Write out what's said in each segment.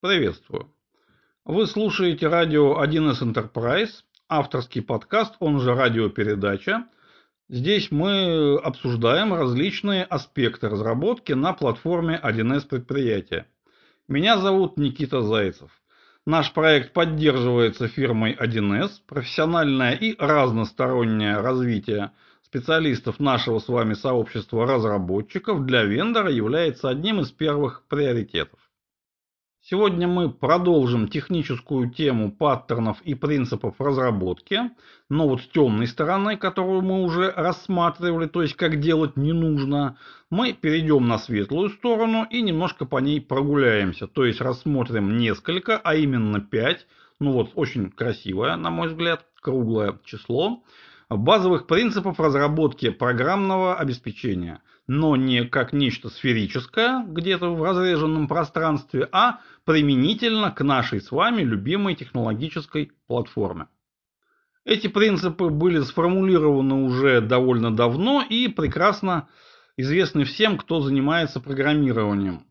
Приветствую. Вы слушаете радио 1С Enterprise, авторский подкаст, он же радиопередача. Здесь мы обсуждаем различные аспекты разработки на платформе 1С предприятия. Меня зовут Никита Зайцев. Наш проект поддерживается фирмой 1С. Профессиональное и разностороннее развитие специалистов нашего с вами сообщества разработчиков для вендора является одним из первых приоритетов. Сегодня мы продолжим техническую тему паттернов и принципов разработки, но вот с темной стороны, которую мы уже рассматривали, то есть как делать не нужно, мы перейдем на светлую сторону и немножко по ней прогуляемся, то есть рассмотрим несколько, а именно 5, очень красивое, на мой взгляд, круглое число, базовых принципов разработки программного обеспечения, но не как нечто сферическое где-то в разреженном пространстве, а применительно к нашей с вами любимой технологической платформе. Эти принципы были сформулированы уже довольно давно и прекрасно известны всем, кто занимается программированием.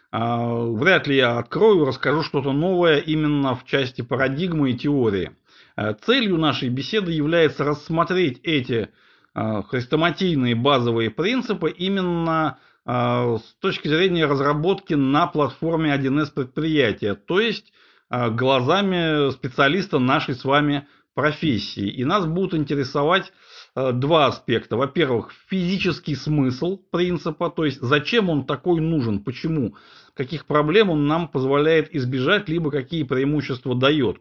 Вряд ли я открою и расскажу что-то новое именно в части парадигмы и теории. Целью нашей беседы является рассмотреть эти хрестоматийные базовые принципы именно с точки зрения разработки на платформе 1С предприятия, то есть глазами специалиста нашей с вами профессии. И нас будут интересовать два аспекта. Во-первых, физический смысл принципа, то есть зачем он такой нужен, почему, каких проблем он нам позволяет избежать, либо какие преимущества дает.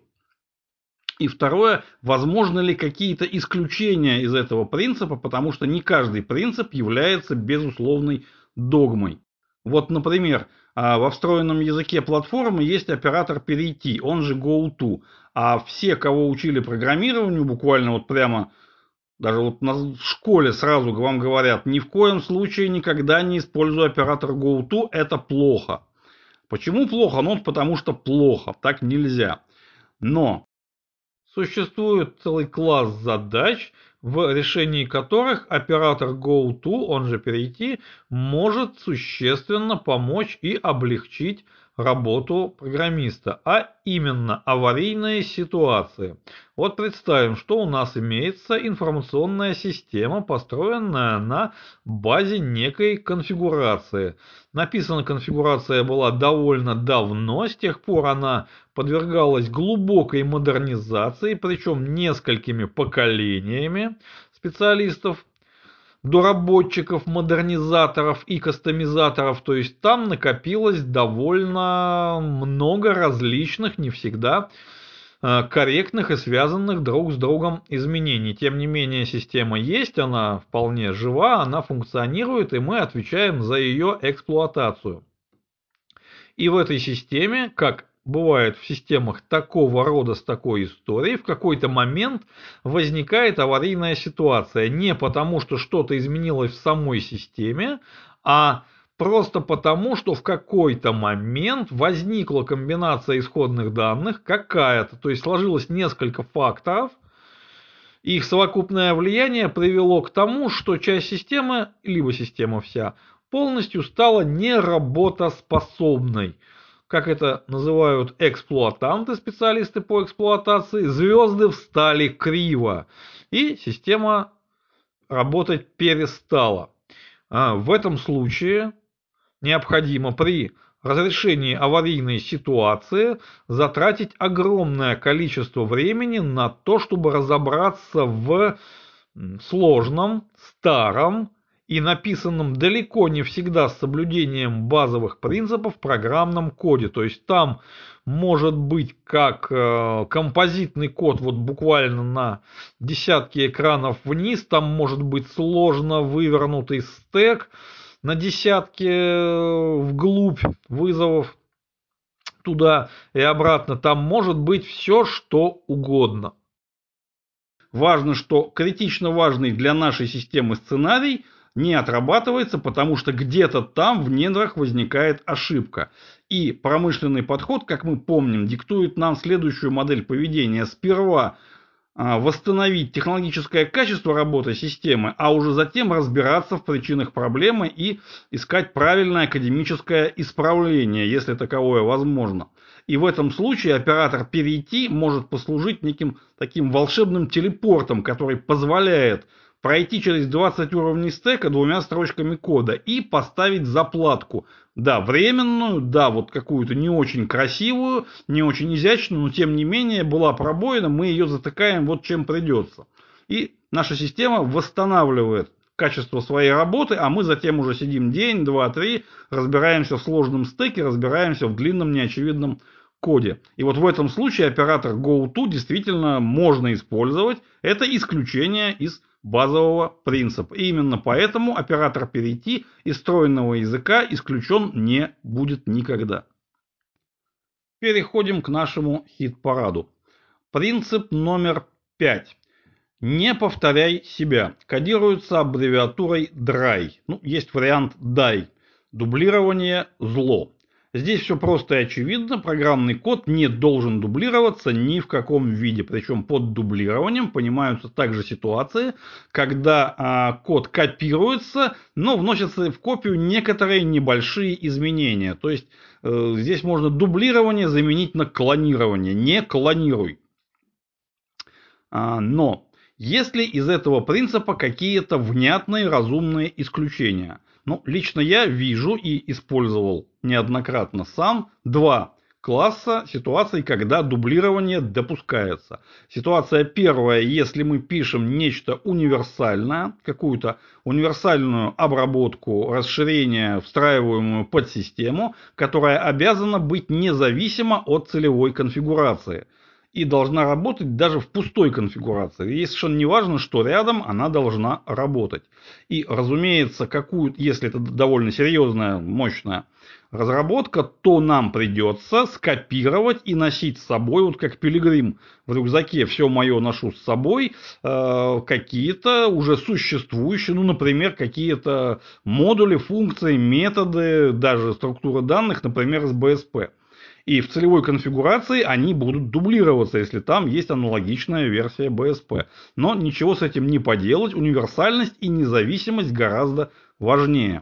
И второе, возможно ли какие-то исключения из этого принципа, потому что не каждый принцип является безусловной догмой. Вот, например, во встроенном языке платформы есть оператор перейти, он же goTo. А все, кого учили программированию, буквально вот прямо, даже вот в школе сразу вам говорят, ни в коем случае никогда не используй оператор goTo, это плохо. Почему плохо? Потому что плохо, так нельзя. Но существует целый класс задач, в решении которых оператор goTo, он же перейти, может существенно помочь и облегчить работу программиста, а именно аварийные ситуации. Вот представим, что у нас имеется информационная система, построенная на базе некой конфигурации. Написана конфигурация была довольно давно, с тех пор она подвергалась глубокой модернизации, причем несколькими поколениями специалистов, доработчиков, модернизаторов и кастомизаторов, то есть там накопилось довольно много различных, не всегда корректных и связанных друг с другом изменений. Тем не менее, система есть, она вполне жива, она функционирует, и мы отвечаем за ее эксплуатацию. И в этой системе, как бывает в системах такого рода с такой историей, в какой-то момент возникает аварийная ситуация. Не потому, что что-то изменилось в самой системе, а просто потому, что в какой-то момент возникла комбинация исходных данных какая-то. То есть сложилось несколько факторов, их совокупное влияние привело к тому, что часть системы, либо система вся, полностью стала неработоспособной. Как это называют эксплуатанты, специалисты по эксплуатации, звезды встали криво, и система работать перестала. В этом случае необходимо при разрешении аварийной ситуации затратить огромное количество времени на то, чтобы разобраться в сложном, старом и написанном далеко не всегда с соблюдением базовых принципов в программном коде. То есть там может быть как композитный код вот буквально на десятки экранов вниз, там может быть сложно вывернутый стэк на десятки вглубь вызовов туда и обратно, там может быть все что угодно. Важно, что критично важный для нашей системы сценарий не отрабатывается, потому что где-то там в недрах возникает ошибка. И промышленный подход, как мы помним, диктует нам следующую модель поведения. Сперва восстановить технологическое качество работы системы, а уже затем разбираться в причинах проблемы и искать правильное академическое исправление, если таковое возможно. И в этом случае оператор перейти может послужить неким таким волшебным телепортом, который позволяет пройти через 20 уровней стека двумя строчками кода и поставить заплатку. Да, временную, да, вот какую-то не очень красивую, не очень изящную, но тем не менее была пробоина, мы ее затыкаем вот чем придется. И наша система восстанавливает качество своей работы, а мы затем уже сидим день, два, три, разбираемся в сложном стеке, разбираемся в длинном неочевидном коде. И вот в этом случае оператор GoTo действительно можно использовать. Это исключение из базового принципа. И именно поэтому оператор перейти из встроенного языка исключен не будет никогда. Переходим к нашему хит-параду. Принцип номер 5. Не повторяй себя. Кодируется аббревиатурой DRY. Есть вариант DIE. Дублирование – зло. Здесь все просто и очевидно. Программный код не должен дублироваться ни в каком виде. Причем под дублированием понимаются также ситуации, когда код копируется, но вносятся в копию некоторые небольшие изменения. То есть здесь можно дублирование заменить на клонирование. Не клонируй. Но есть ли из этого принципа какие-то внятные разумные исключения? Лично я вижу и использовал неоднократно сам два класса ситуаций, когда дублирование допускается. Ситуация первая, если мы пишем нечто универсальное, какую-то универсальную обработку, расширение, встраиваемую под систему, которая обязана быть независима от целевой конфигурации. И должна работать даже в пустой конфигурации. И совершенно не важно, что рядом, она должна работать. И, разумеется, если это довольно серьезная, мощная разработка, то нам придется скопировать и носить с собой, вот как пилигрим в рюкзаке все мое ношу с собой, какие-то уже существующие, например, какие-то модули, функции, методы, даже структура данных, например, с БСП. И в целевой конфигурации они будут дублироваться, если там есть аналогичная версия БСП. Но ничего с этим не поделать, универсальность и независимость гораздо важнее.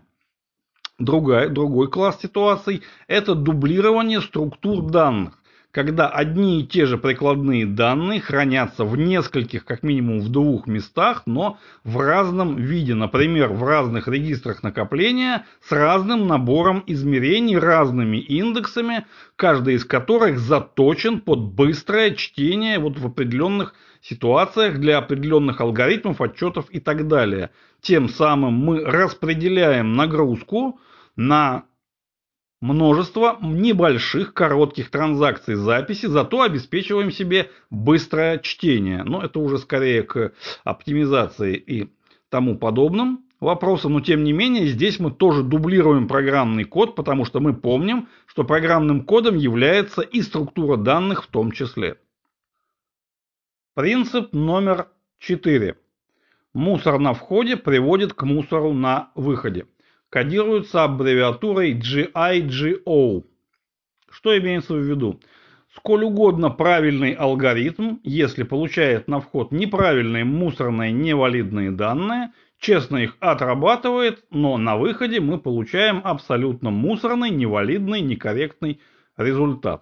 Другой класс ситуаций – это дублирование структур данных. Когда одни и те же прикладные данные хранятся в нескольких, как минимум в двух местах, но в разном виде. Например, в разных регистрах накопления с разным набором измерений, разными индексами, каждый из которых заточен под быстрое чтение в определенных ситуациях для определенных алгоритмов, отчетов и так далее. Тем самым мы распределяем нагрузку на множество небольших коротких транзакций записи, зато обеспечиваем себе быстрое чтение. Но это уже скорее к оптимизации и тому подобным вопросам. Но тем не менее, здесь мы тоже дублируем программный код, потому что мы помним, что программным кодом является и структура данных в том числе. Принцип номер 4. Мусор на входе приводит к мусору на выходе. Кодируется аббревиатурой GIGO. Что имеется в виду? Сколь угодно правильный алгоритм, если получает на вход неправильные мусорные невалидные данные, честно их отрабатывает, но на выходе мы получаем абсолютно мусорный, невалидный, некорректный результат.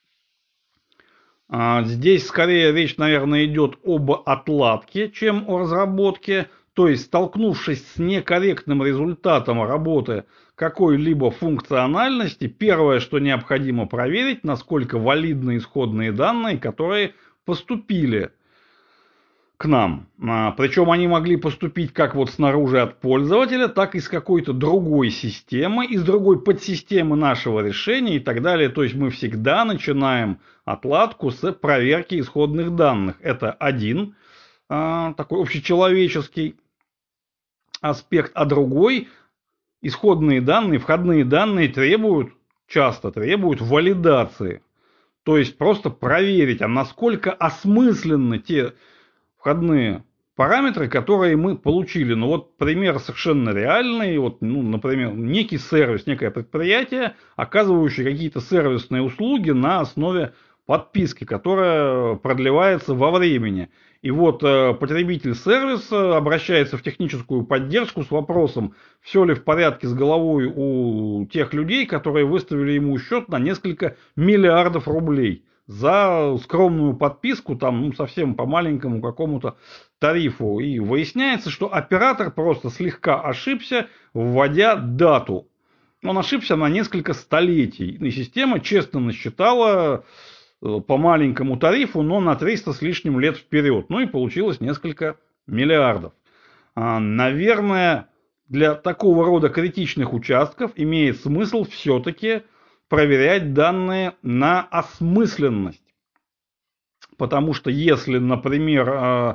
Здесь скорее речь, наверное, идет об отладке, чем о разработке. То есть, столкнувшись с некорректным результатом работы какой-либо функциональности, первое, что необходимо проверить, насколько валидны исходные данные, которые поступили к нам. Причем они могли поступить как снаружи от пользователя, так и с какой-то другой системы, из другой подсистемы нашего решения и так далее. То есть мы всегда начинаем отладку с проверки исходных данных. Это один такой общечеловеческий аспект, а другой исходные данные, входные данные часто требуют валидации. То есть просто проверить, насколько осмысленны те входные параметры, которые мы получили. Пример совершенно реальный. Например, некий сервис, некое предприятие, оказывающее какие-то сервисные услуги на основе подписки, которая продлевается во времени. И вот потребитель сервиса обращается в техническую поддержку с вопросом, все ли в порядке с головой у тех людей, которые выставили ему счет на несколько миллиардов рублей за скромную подписку, там, ну, совсем по маленькому какому-то тарифу. И выясняется, что оператор просто слегка ошибся, вводя дату. Он ошибся на несколько столетий. И система честно насчитала по маленькому тарифу, но на 300 с лишним лет вперед. Ну и получилось несколько миллиардов. Наверное, для такого рода критичных участков имеет смысл все-таки проверять данные на осмысленность. Потому что если, например,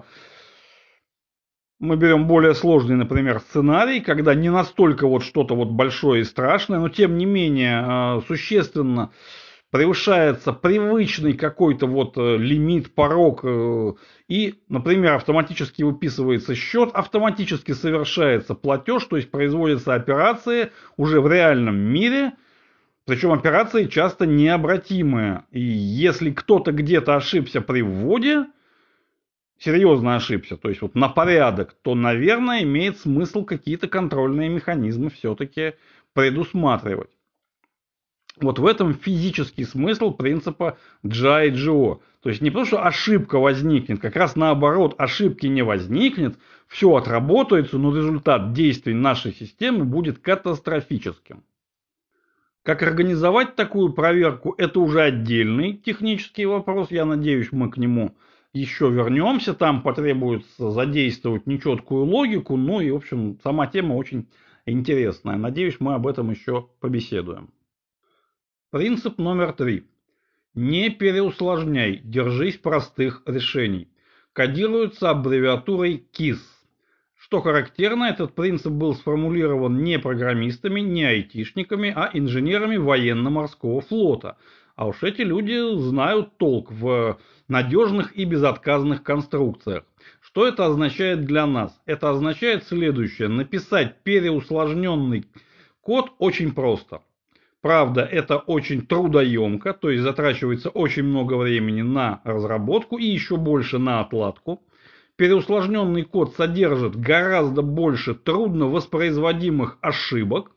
мы берем более сложный, например, сценарий, когда не настолько вот что-то вот большое и страшное, но тем не менее существенно превышается привычный какой-то вот лимит, порог, и, например, автоматически выписывается счет, автоматически совершается платеж, то есть производятся операции уже в реальном мире, причем операции часто необратимые. И если кто-то где-то ошибся при вводе, серьезно ошибся, то есть вот на порядок, то, наверное, имеет смысл какие-то контрольные механизмы все-таки предусматривать. Вот в этом физический смысл принципа GI-GO. То есть не потому, что ошибка возникнет, как раз наоборот, ошибки не возникнет, все отработается, но результат действий нашей системы будет катастрофическим. Как организовать такую проверку, это уже отдельный технический вопрос. Я надеюсь, мы к нему еще вернемся. Там потребуется задействовать нечеткую логику. Ну и, в общем, сама тема очень интересная. Надеюсь, мы об этом еще побеседуем. Принцип номер 3. Не переусложняй, держись простых решений. Кодируется аббревиатурой KISS. Что характерно, этот принцип был сформулирован не программистами, не айтишниками, а инженерами военно-морского флота. А уж эти люди знают толк в надежных и безотказных конструкциях. Что это означает для нас? Это означает следующее. Написать переусложненный код очень просто. Правда, это очень трудоемко, то есть затрачивается очень много времени на разработку и еще больше на отладку. Переусложненный код содержит гораздо больше трудно воспроизводимых ошибок.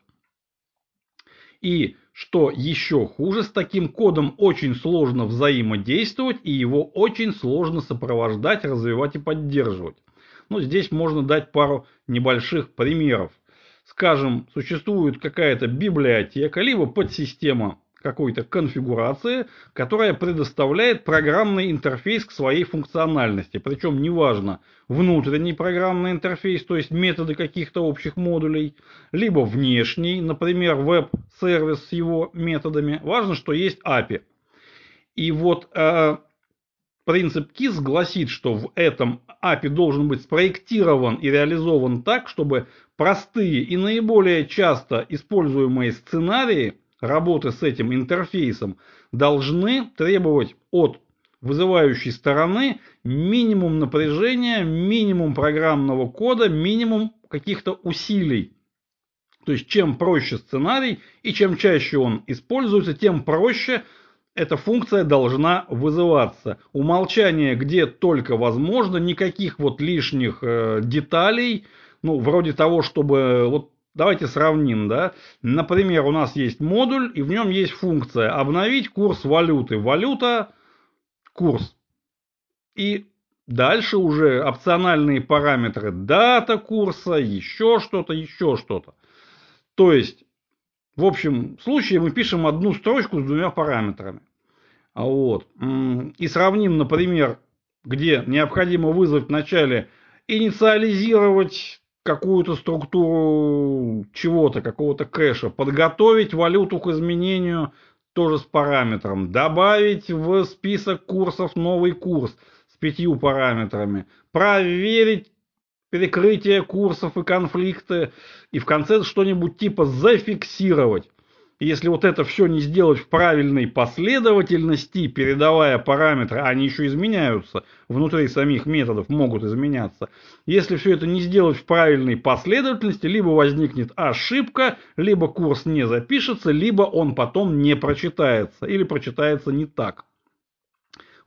И, что еще хуже, с таким кодом очень сложно взаимодействовать и его очень сложно сопровождать, развивать и поддерживать. Но здесь можно дать пару небольших примеров. Скажем, существует какая-то библиотека, либо подсистема какой-то конфигурации, которая предоставляет программный интерфейс к своей функциональности. Причем неважно, внутренний программный интерфейс, то есть методы каких-то общих модулей, либо внешний, например, веб-сервис с его методами. Важно, что есть API. И вот принцип KISS гласит, что в этом API должен быть спроектирован и реализован так, чтобы простые и наиболее часто используемые сценарии работы с этим интерфейсом должны требовать от вызывающей стороны минимум напряжения, минимум программного кода, минимум каких-то усилий. То есть чем проще сценарий и чем чаще он используется, тем проще эта функция должна вызываться. Умолчание где только возможно, никаких вот лишних деталей, ну, вроде того, чтобы, вот давайте сравним, да. Например, у нас есть модуль, и в нем есть функция обновить курс валюты. Валюта, курс. И дальше уже опциональные параметры. Дата курса, еще что-то, еще что-то. То есть, в общем случае мы пишем одну строчку с двумя параметрами. Вот. И сравним, например, где необходимо вызвать вначале инициализировать какую-то структуру чего-то, какого-то кэша, подготовить валюту к изменению тоже с параметром, добавить в список курсов новый курс с 5 параметрами, проверить перекрытие курсов и конфликты, и в конце что-нибудь типа зафиксировать. Если вот это все не сделать в правильной последовательности, передавая параметры, они еще изменяются, внутри самих методов могут изменяться. Если все это не сделать в правильной последовательности, либо возникнет ошибка, либо курс не запишется, либо он потом не прочитается, или прочитается не так.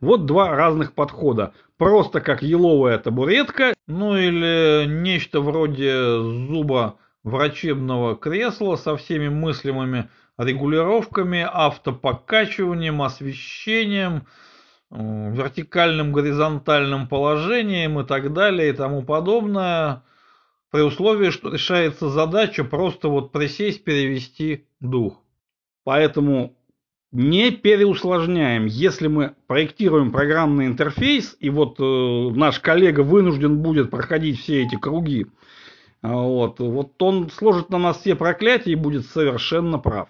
Вот два разных подхода. Просто как еловая табуретка, ну или нечто вроде зуба врачебного кресла со всеми мыслимыми регулировками, автопокачиванием, освещением, вертикальным, горизонтальным положением и так далее и тому подобное, при условии, что решается задача просто вот присесть, перевести дух. Поэтому не переусложняем. Если мы проектируем программный интерфейс, и вот наш коллега вынужден будет проходить все эти круги, вот он сложит на нас все проклятия и будет совершенно прав.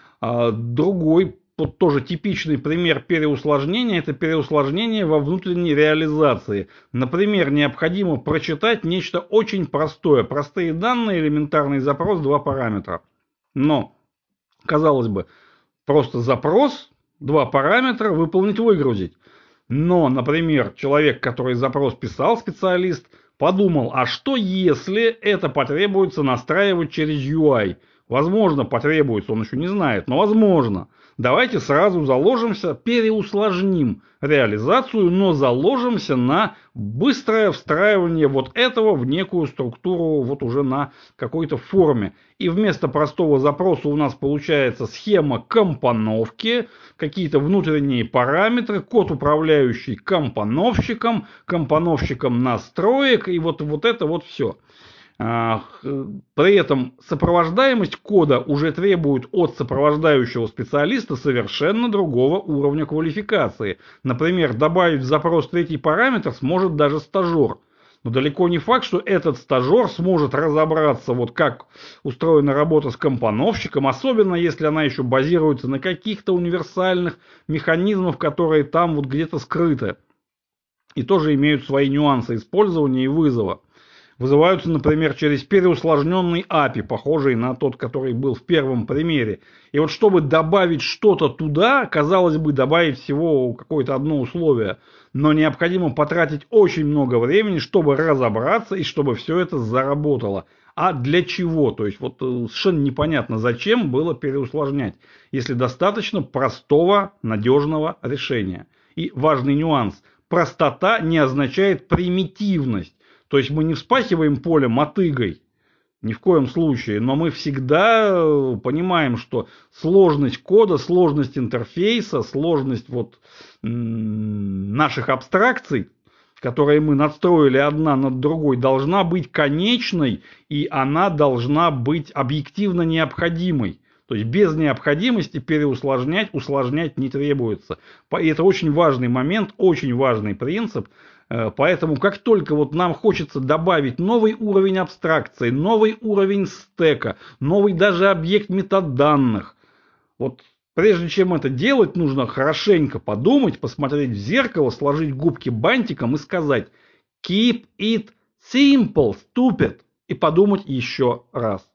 Другой, вот тоже типичный пример переусложнения, это переусложнение во внутренней реализации. Например, необходимо прочитать нечто очень простое. Простые данные, элементарный запрос, два параметра. Но, казалось бы, просто запрос, два параметра, выполнить, выгрузить. Но, например, человек, который запрос писал, специалист, подумал, а что если это потребуется настраивать через UI? Возможно, потребуется, он еще не знает, но возможно. Давайте сразу заложимся, переусложним реализацию, но заложимся на быстрое встраивание вот этого в некую структуру вот уже на какой-то форме. И вместо простого запроса у нас получается схема компоновки, какие-то внутренние параметры, код, управляющий компоновщиком, компоновщиком настроек, и вот это вот все. При этом сопровождаемость кода уже требует от сопровождающего специалиста совершенно другого уровня квалификации. Например, добавить в запрос третий параметр сможет даже стажер. Но далеко не факт, что этот стажер сможет разобраться, вот как устроена работа с компоновщиком, особенно если она еще базируется на каких-то универсальных механизмах, которые там вот где-то скрыты. И тоже имеют свои нюансы использования и вызова. Вызываются, например, через переусложненный API, похожий на тот, который был в первом примере. И вот чтобы добавить что-то туда, казалось бы, добавить всего какое-то одно условие, но необходимо потратить очень много времени, чтобы разобраться и чтобы все это заработало. А для чего? То есть вот совершенно непонятно, зачем было переусложнять, если достаточно простого, надежного решения. И важный нюанс. Простота не означает примитивность. То есть мы не вспахиваем поле мотыгой, ни в коем случае, но мы всегда понимаем, что сложность кода, сложность интерфейса, сложность вот наших абстракций, которые мы надстроили одна над другой, должна быть конечной, и она должна быть объективно необходимой. То есть без необходимости переусложнять, усложнять не требуется. И это очень важный момент, очень важный принцип. Поэтому как только вот нам хочется добавить новый уровень абстракции, новый уровень стека, новый даже объект метаданных, вот прежде чем это делать, нужно хорошенько подумать, посмотреть в зеркало, сложить губки бантиком и сказать «Keep it simple, stupid» и подумать еще раз.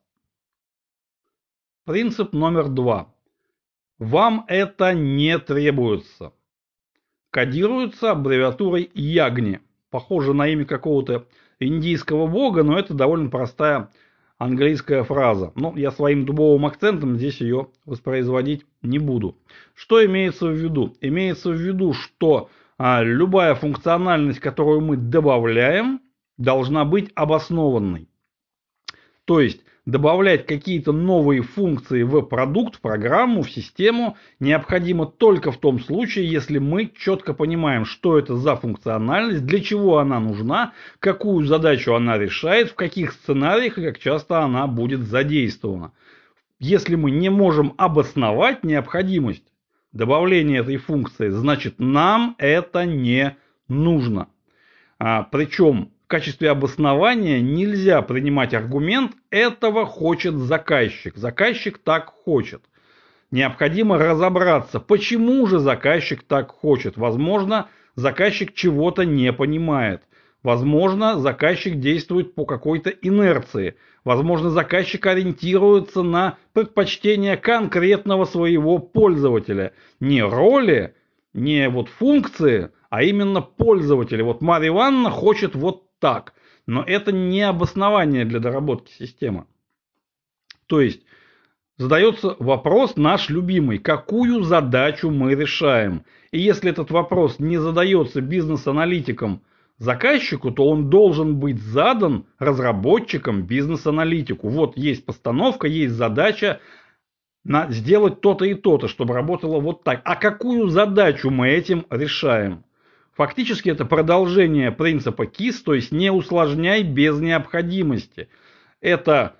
Принцип номер 2. Вам это не требуется. Кодируется аббревиатурой Ягни. Похоже на имя какого-то индийского бога, но это довольно простая английская фраза. Но я своим дубовым акцентом здесь ее воспроизводить не буду. Что имеется в виду? Имеется в виду, что любая функциональность, которую мы добавляем, должна быть обоснованной. То есть добавлять какие-то новые функции в продукт, в программу, в систему необходимо только в том случае, если мы четко понимаем, что это за функциональность, для чего она нужна, какую задачу она решает, в каких сценариях и как часто она будет задействована. Если мы не можем обосновать необходимость добавления этой функции, значит нам это не нужно. Причем в качестве обоснования нельзя принимать аргумент «этого хочет заказчик». Заказчик так хочет. Необходимо разобраться, почему же заказчик так хочет. Возможно, заказчик чего-то не понимает. Возможно, заказчик действует по какой-то инерции. Возможно, заказчик ориентируется на предпочтения конкретного своего пользователя. Не роли, не вот функции, а именно пользователя. Вот Марья Ивановна хочет вот так. Но это не обоснование для доработки системы. То есть задается вопрос наш любимый, какую задачу мы решаем. И если этот вопрос не задается бизнес-аналитиком заказчику, то он должен быть задан разработчикам бизнес-аналитику. Вот есть постановка, есть задача сделать то-то и то-то, чтобы работало вот так. А какую задачу мы этим решаем? Фактически это продолжение принципа КИС, то есть не усложняй без необходимости. Это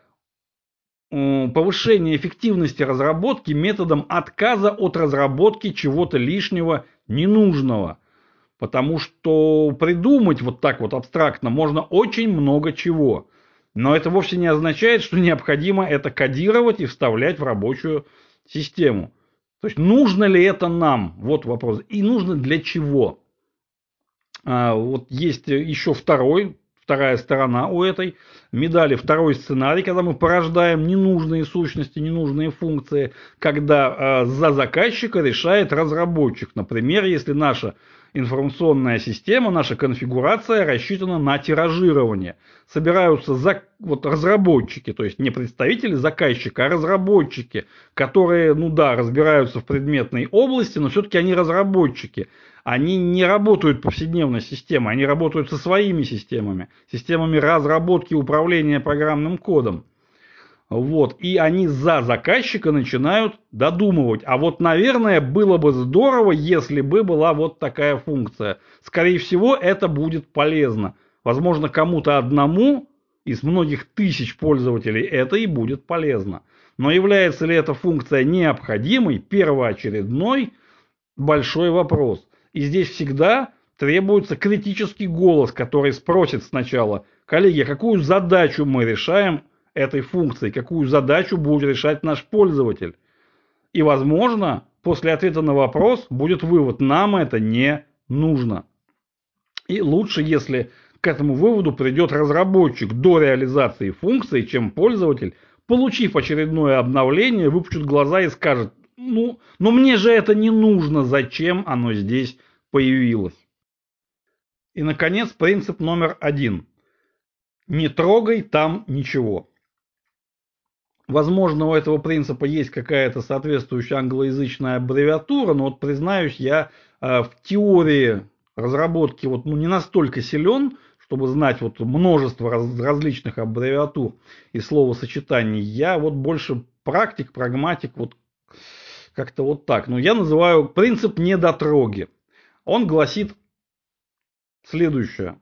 повышение эффективности разработки методом отказа от разработки чего-то лишнего, ненужного. Потому что придумать вот так вот абстрактно можно очень много чего. Но это вовсе не означает, что необходимо это кодировать и вставлять в рабочую систему. То есть нужно ли это нам? Вот вопрос. И нужно для чего? Вот есть еще вторая сторона у этой медали, второй сценарий, когда мы порождаем ненужные сущности, ненужные функции, когда за заказчика решает разработчик. Например, если наша информационная система, наша конфигурация рассчитана на тиражирование. Собираются разработчики, то есть не представители заказчика, а разработчики, которые, разбираются в предметной области, но все-таки они разработчики. Они не работают повседневной системой, они работают со своими системами, системами разработки и управления программным кодом. И они за заказчика начинают додумывать. А вот, наверное, было бы здорово, если бы была вот такая функция. Скорее всего, это будет полезно. Возможно, кому-то одному из многих тысяч пользователей это и будет полезно. Но является ли эта функция необходимой, первоочередной, большой вопрос. И здесь всегда требуется критический голос, который спросит сначала: коллеги, а какую задачу мы решаем этой функции, какую задачу будет решать наш пользователь? И, возможно, после ответа на вопрос будет вывод: нам это не нужно. И лучше, если к этому выводу придет разработчик до реализации функции, чем пользователь, получив очередное обновление, выпучит глаза и скажет: но мне же это не нужно, зачем оно здесь появилось? И, наконец, принцип номер 1. Не трогай там ничего. Возможно, у этого принципа есть какая-то соответствующая англоязычная аббревиатура, но признаюсь, я в теории разработки не настолько силен, чтобы знать множество различных аббревиатур и словосочетаний. Я больше практик, прагматик, как-то так. Но я называю принцип недотроги. Он гласит следующее.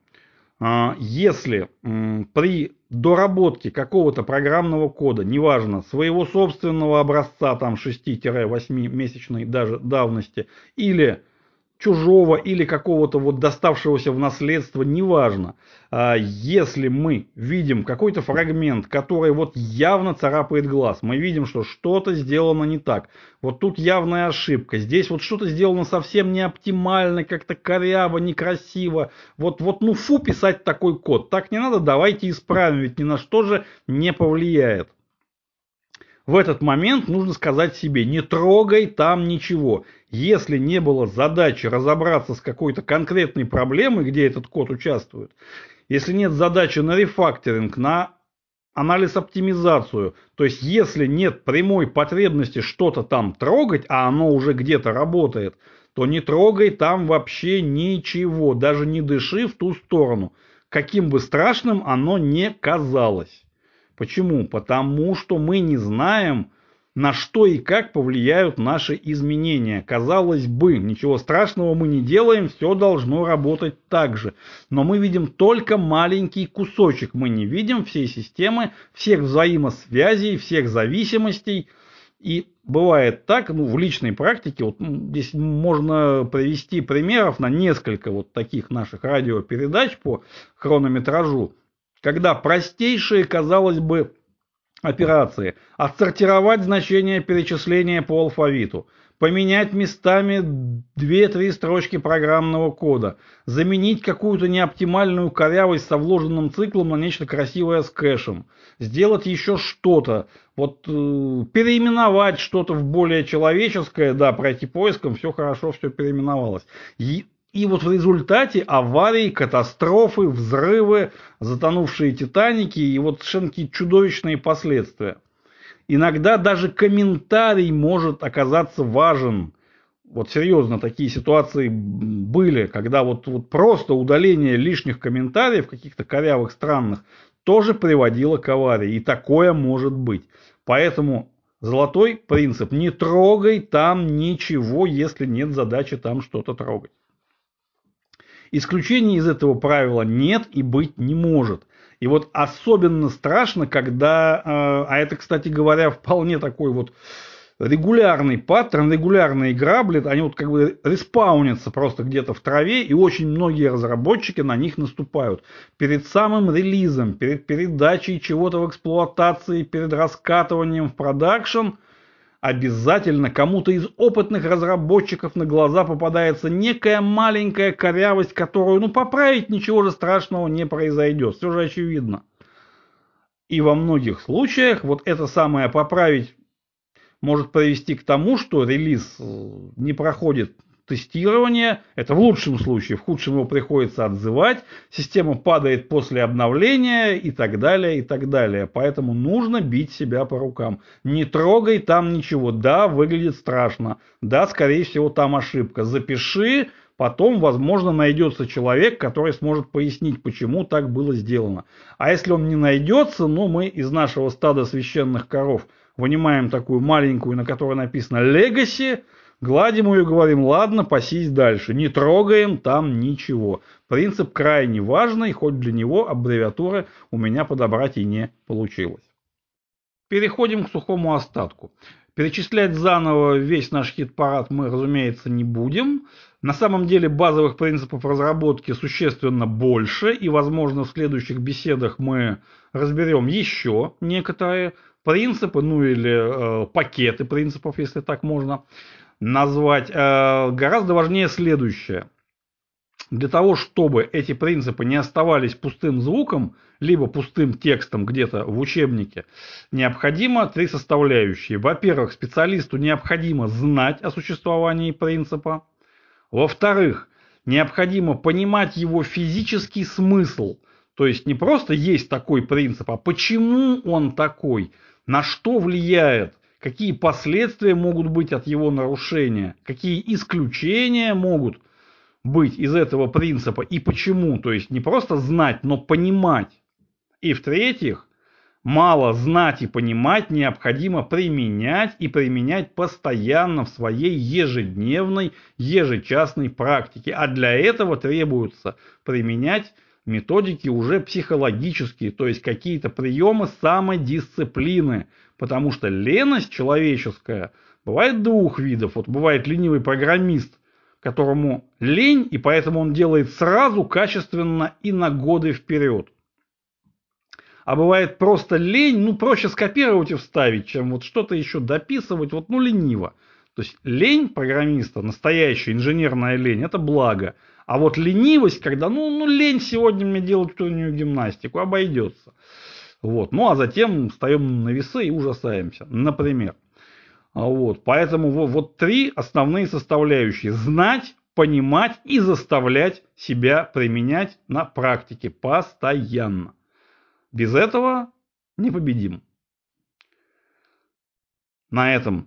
Если при доработке какого-то программного кода, неважно, своего собственного образца 6-8 месячной даже давности, или чужого, или какого-то доставшегося в наследство, неважно. Если мы видим какой-то фрагмент, который явно царапает глаз, мы видим, что что-то сделано не так, тут явная ошибка, здесь что-то сделано совсем не оптимально, как-то коряво, некрасиво, фу писать такой код, так не надо, давайте исправим, ведь ни на что же не повлияет. В этот момент нужно сказать себе: не трогай там ничего. Если не было задачи разобраться с какой-то конкретной проблемой, где этот код участвует, если нет задачи на рефакторинг, на анализ-оптимизацию, то есть если нет прямой потребности что-то там трогать, а оно уже где-то работает, то не трогай там вообще ничего, даже не дыши в ту сторону, каким бы страшным оно ни казалось. Почему? Потому что мы не знаем, на что и как повлияют наши изменения. Казалось бы, ничего страшного мы не делаем, все должно работать так же. Но мы видим только маленький кусочек, мы не видим всей системы, всех взаимосвязей, всех зависимостей. И бывает так, в личной практике, здесь можно привести примеров на несколько таких наших радиопередач по хронометражу, когда простейшие, казалось бы, операции: отсортировать значения перечисления по алфавиту, поменять местами 2-3 строчки программного кода, заменить какую-то неоптимальную корявость со вложенным циклом на нечто красивое с кэшем, сделать еще что-то, переименовать что-то в более человеческое, пройти поиском, все хорошо, все переименовалось. И в результате аварии, катастрофы, взрывы, затонувшие Титаники и совершенно чудовищные последствия. Иногда даже комментарий может оказаться важен. Вот серьезно, такие ситуации были, когда вот просто удаление лишних комментариев, каких-то корявых, странных, тоже приводило к аварии. И такое может быть. Поэтому золотой принцип: не трогай там ничего, если нет задачи там что-то трогать. Исключений из этого правила нет и быть не может. И вот особенно страшно, когда, а это, кстати говоря, вполне такой вот регулярный паттерн, регулярные грабли, они вот как бы респаунятся просто где-то в траве, и очень многие разработчики на них наступают. Перед самым релизом, перед передачей чего-то в эксплуатации, перед раскатыванием в продакшн, обязательно кому-то из опытных разработчиков на глаза попадается некая маленькая корявость, которую, поправить ничего же страшного не произойдет. Все же очевидно. И во многих случаях вот это самое поправить может привести к тому, что релиз не проходит тестирование. Это в лучшем случае. В худшем его приходится отзывать. Система падает после обновления и так далее, и так далее. Поэтому нужно бить себя по рукам. Не трогай там ничего. Да, выглядит страшно. Да, скорее всего, там ошибка. Запиши. Потом, возможно, найдется человек, который сможет пояснить, почему так было сделано. А если он не найдется, мы из нашего стада священных коров вынимаем такую маленькую, на которой написано Legacy, гладим ее и говорим: ладно, пасись дальше, не трогаем там ничего. Принцип крайне важный, хоть для него аббревиатуры у меня подобрать и не получилось. Переходим к сухому остатку. Перечислять заново весь наш хит-парад мы, разумеется, не будем. На самом деле базовых принципов разработки существенно больше, и, возможно, в следующих беседах мы разберем еще некоторые принципы, или пакеты принципов, если так можно назвать. Гораздо важнее следующее. Для того, чтобы эти принципы не оставались пустым звуком, либо пустым текстом где-то в учебнике, необходимо три составляющие. Во-первых, специалисту необходимо знать о существовании принципа. Во-вторых, необходимо понимать его физический смысл. То есть не просто есть такой принцип, а почему он такой, на что влияет, какие последствия могут быть от его нарушения, какие исключения могут быть из этого принципа и почему. То есть не просто знать, но понимать. И в-третьих, мало знать и понимать, необходимо применять и применять постоянно в своей ежедневной, ежечасной практике. А для этого требуется применять методики уже психологические, то есть какие-то приемы самодисциплины. Потому что леность человеческая бывает двух видов. Вот бывает ленивый программист, которому лень, и поэтому он делает сразу, качественно и на годы вперед. А бывает просто лень, проще скопировать и вставить, чем вот что-то еще дописывать, лениво. То есть лень программиста, настоящая инженерная лень, это благо. А вот ленивость, когда, лень сегодня мне делать утреннюю гимнастику, обойдется. А затем встаем на весы и ужасаемся, например. Поэтому вот три основные составляющие. Знать, понимать и заставлять себя применять на практике постоянно. Без этого не победим. На этом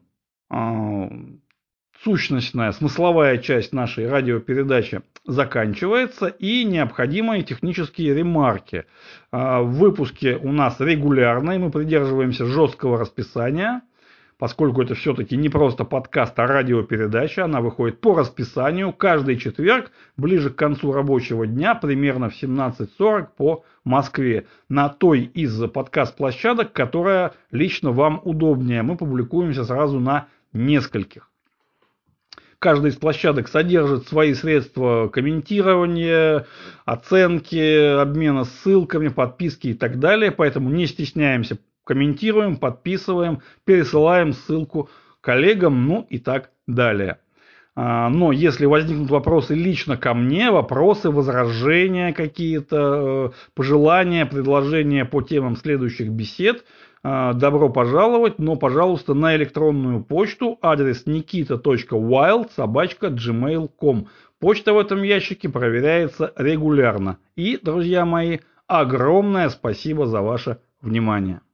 сущностная, смысловая часть нашей радиопередачи заканчивается, и необходимые технические ремарки. Выпуски у нас регулярные, мы придерживаемся жесткого расписания. Поскольку это все-таки не просто подкаст, а радиопередача, она выходит по расписанию каждый четверг, ближе к концу рабочего дня, примерно в 17:40 по Москве, на той из подкаст-площадок, которая лично вам удобнее. Мы публикуемся сразу на нескольких. Каждая из площадок содержит свои средства комментирования, оценки, обмена ссылками, подписки и так далее, поэтому не стесняемся. Комментируем, подписываем, пересылаем ссылку коллегам, и так далее. Но если возникнут вопросы лично ко мне, вопросы, возражения какие-то, пожелания, предложения по темам следующих бесед, добро пожаловать, но, пожалуйста, на электронную почту, адрес nikita.wild@gmail.com. Почта в этом ящике проверяется регулярно. И, друзья мои, огромное спасибо за ваше внимание.